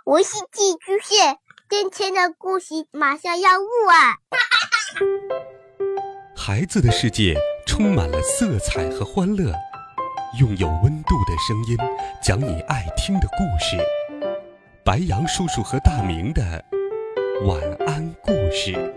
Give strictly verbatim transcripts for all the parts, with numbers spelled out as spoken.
我是寄居蟹，今天的故事马上要录啊！ 孩子的世界充满了色彩和欢乐，用有温度的声音讲你爱听的故事。白杨叔叔和大明的晚安故事。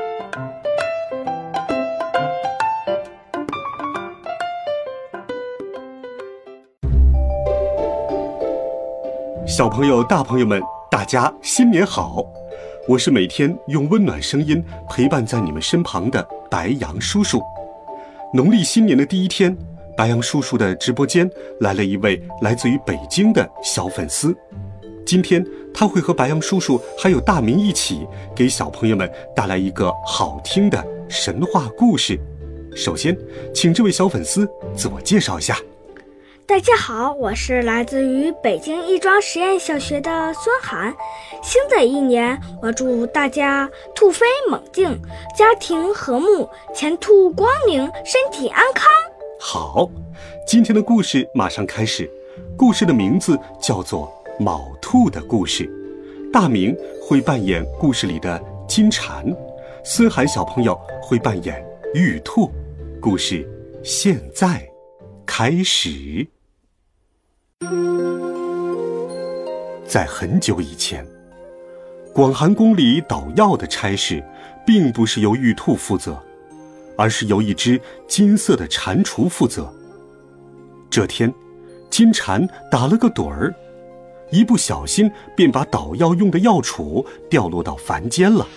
小朋友大朋友们，大家新年好，我是每天用温暖声音陪伴在你们身旁的白杨叔叔。农历新年的第一天，白杨叔叔的直播间来了一位来自于北京的小粉丝。今天他会和白杨叔叔还有大明一起给小朋友们带来一个好听的神话故事。首先请这位小粉丝自我介绍一下。 大家好，我是来自于北京亦庄实验小学的孙涵。新的一年，我祝大家兔飞猛进，家庭和睦，前途光明，身体安康。 好，今天的故事马上开始。故事的名字叫做卯兔的故事。大明会扮演故事里的金蝉，孙涵小朋友会扮演玉兔。故事现在开始。在很久以前，广寒宫里捣药的差事并不是由玉兔负责，而是由一只金色的蟾蜍负责。这天，金蟾打了个盹儿，一不小心便把捣药用的药杵掉落到凡间了。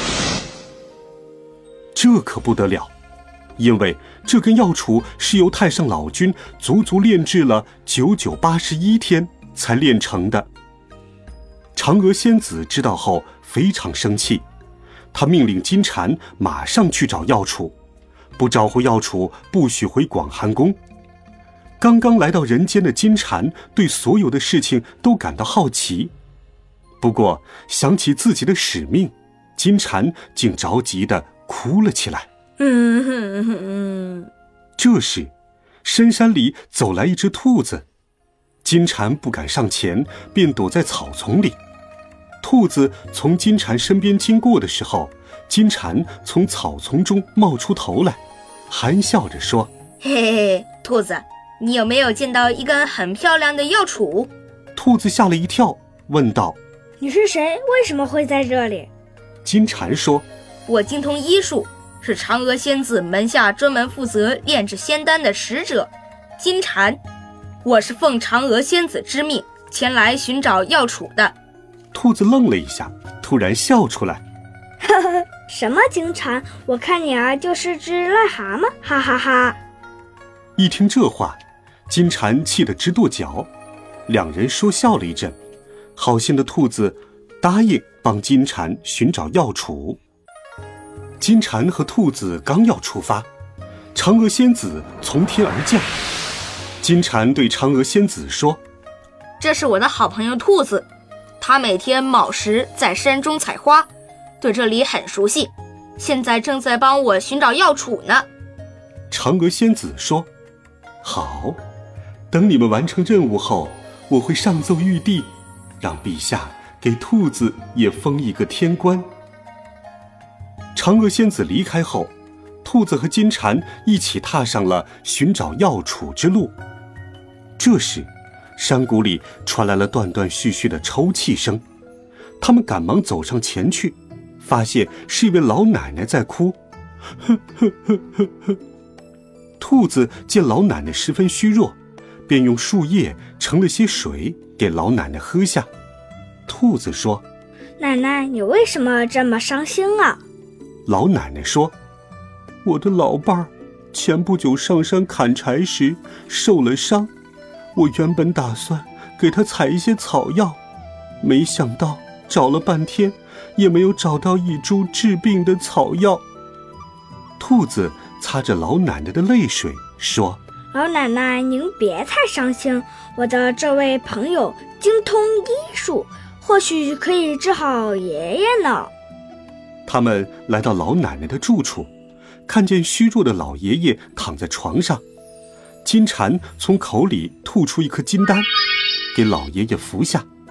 这可不得了，因为这根药杵是由太上老君足足炼制了九九八十一天才炼成的。嫦娥仙子知道后非常生气，她命令金蟾马上去找药杵，不找回药杵不许回广寒宫。刚刚来到人间的金蟾对所有的事情都感到好奇，不过想起自己的使命，金蟾竟着急地哭了起来。 嗯哼哼哼。 这时深山里走来一只兔子，金蟾不敢上前，便躲在草丛里。兔子从金蟾身边经过的时候，金蟾从草丛中冒出头来，含笑着说： 嘿嘿嘿，兔子，你有没有见到一根很漂亮的药杵？ 兔子吓了一跳，问道： 你是谁？为什么会在这里？ 金蟾说： 我精通医术，是嫦娥仙子门下专门负责炼制仙丹的使者金蟾，我是奉嫦娥仙子之命前来寻找药杵的。 兔子愣了一下，突然笑出来： 呵呵，什么金蟾？我看你啊就是只癞蛤蟆，哈哈哈。 一听这话，金蟾气得直跺脚，两人说笑了一阵。好心的兔子答应帮金蟾寻找药杵。金蟾和兔子刚要出发，嫦娥仙子从天而降。金蟾对嫦娥仙子说： 这是我的好朋友兔子，他每天卯时在山中采花，对这里很熟悉，现在正在帮我寻找药杵呢。 嫦娥仙子说：好，等你们完成任务后，我会上奏玉帝，让陛下给兔子也封一个天官。嫦娥仙子离开后，兔子和金蟾一起踏上了寻找药杵之路。这时山谷里传来了断断续续的抽泣声，他们赶忙走上前去，发现是一位老奶奶在哭。呵呵呵呵呵。兔子见老奶奶十分虚弱，便用树叶盛了些水给老奶奶喝下。兔子说： 奶奶，你为什么这么伤心啊？ 老奶奶说：我的老伴儿前不久上山砍柴时受了伤，我原本打算给他采一些草药，没想到找了半天也没有找到一株治病的草药。兔子擦着老奶奶的泪水说： 老奶奶，您别太伤心，我的这位朋友精通医术，或许可以治好爷爷呢。 他们来到老奶奶的住处，看见虚弱的老爷爷躺在床上，金蟾从口里吐出一颗金丹，给老爷爷服下。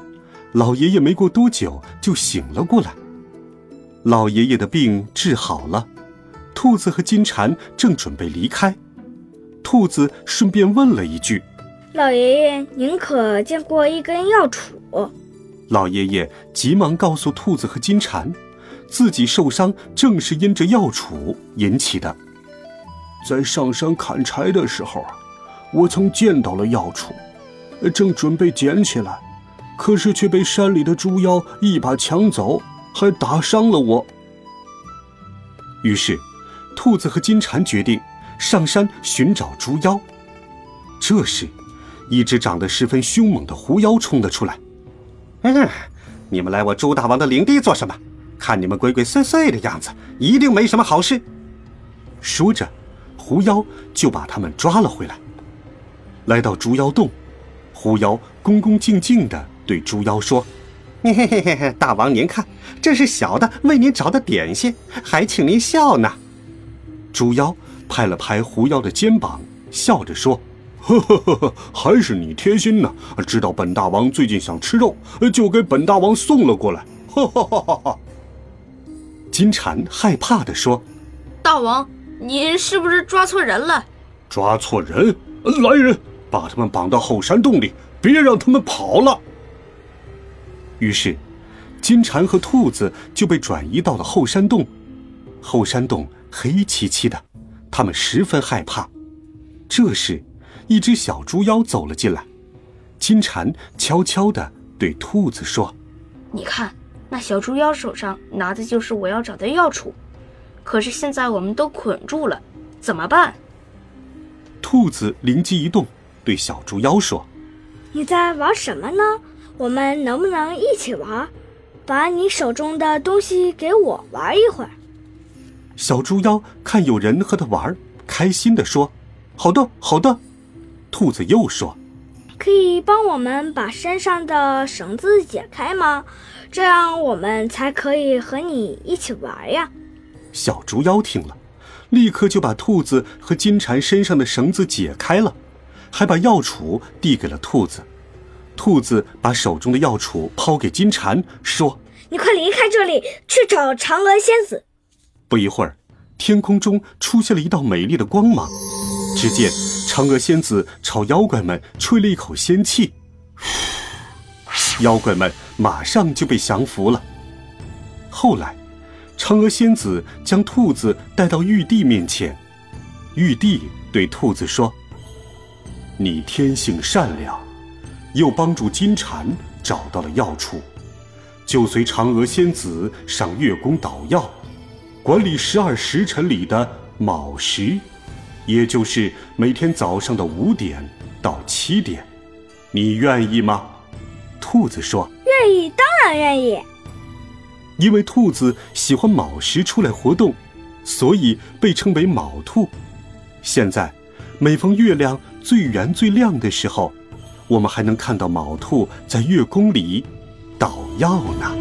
老爷爷没过多久就醒了过来。老爷爷的病治好了，兔子和金蝉正准备离开，兔子顺便问了一句： 老爷爷，您可见过一根药杵？ 老爷爷急忙告诉兔子和金蝉，自己受伤正是因着药杵引起的。在上山砍柴的时候，我曾见到了药杵，正准备捡起来，可是却被山里的猪妖一把抢走，还打伤了我。于是兔子和金蝉决定上山寻找猪妖。这时一只长得十分凶猛的狐妖冲了出来。嗯，你们来我猪大王的领地做什么？看你们鬼鬼祟祟的样子，一定没什么好事。说着，狐妖就把他们抓了回来。来到猪妖洞，狐妖恭恭敬敬地对猪妖说：嘿嘿嘿嘿，大王您看，这是小的为您找的点心，还请您笑呢。猪妖拍了拍狐妖的肩膀，笑着说：呵呵呵呵，还是你贴心呢，知道本大王最近想吃肉，就给本大王送了过来。哈哈哈哈哈。金蝉害怕地说： 大王，您是不是抓错人了？ 抓错人？来人，把他们绑到后山洞里，别让他们跑了。于是金蝉和兔子就被转移到了后山洞。后山洞黑漆漆的，他们十分害怕。这时一只小猪妖走了进来，金蝉悄悄地对兔子说： 你看，那小猪妖手上拿的就是我要找的药杵，可是现在我们都捆住了，怎么办？ 兔子灵机一动，对小猪妖说： 你在玩什么呢？我们能不能一起玩？把你手中的东西给我玩一会儿。 小猪妖看有人和他玩，开心地说：好的好的。兔子又说： 可以帮我们把身上的绳子解开吗？这样我们才可以和你一起玩呀。 小猪妖听了，立刻就把兔子和金蝉身上的绳子解开了，还把药杵递给了兔子。兔子把手中的药杵抛给金蝉，说： 你快离开这里，去找嫦娥仙子。 不一会儿，天空中出现了一道美丽的光芒，只见嫦娥仙子朝妖怪们吹了一口仙气，妖怪们马上就被降服了。后来嫦娥仙子将兔子带到玉帝面前，玉帝对兔子说：你天性善良，又帮助金蝉找到了药杵，就随嫦娥仙子上月宫捣药，管理十二时辰里的卯时，也就是每天早上的五点到七点，你愿意吗？兔子说： 愿意，当然愿意。 因为兔子喜欢卯时出来活动，所以被称为卯兔。现在每逢月亮最圆最亮的时候，我们还能看到卯兔在月宫里捣药呢。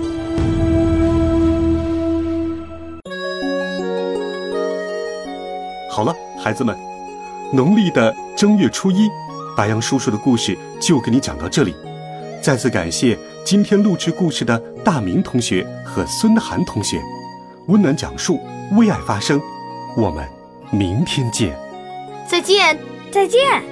好了，孩子们，农历的正月初一，白杨叔叔的故事就给你讲到这里。再次感谢今天录制故事的大明同学和孙涵同学，温暖讲述，为爱发声。我们明天见。 再见， 再见。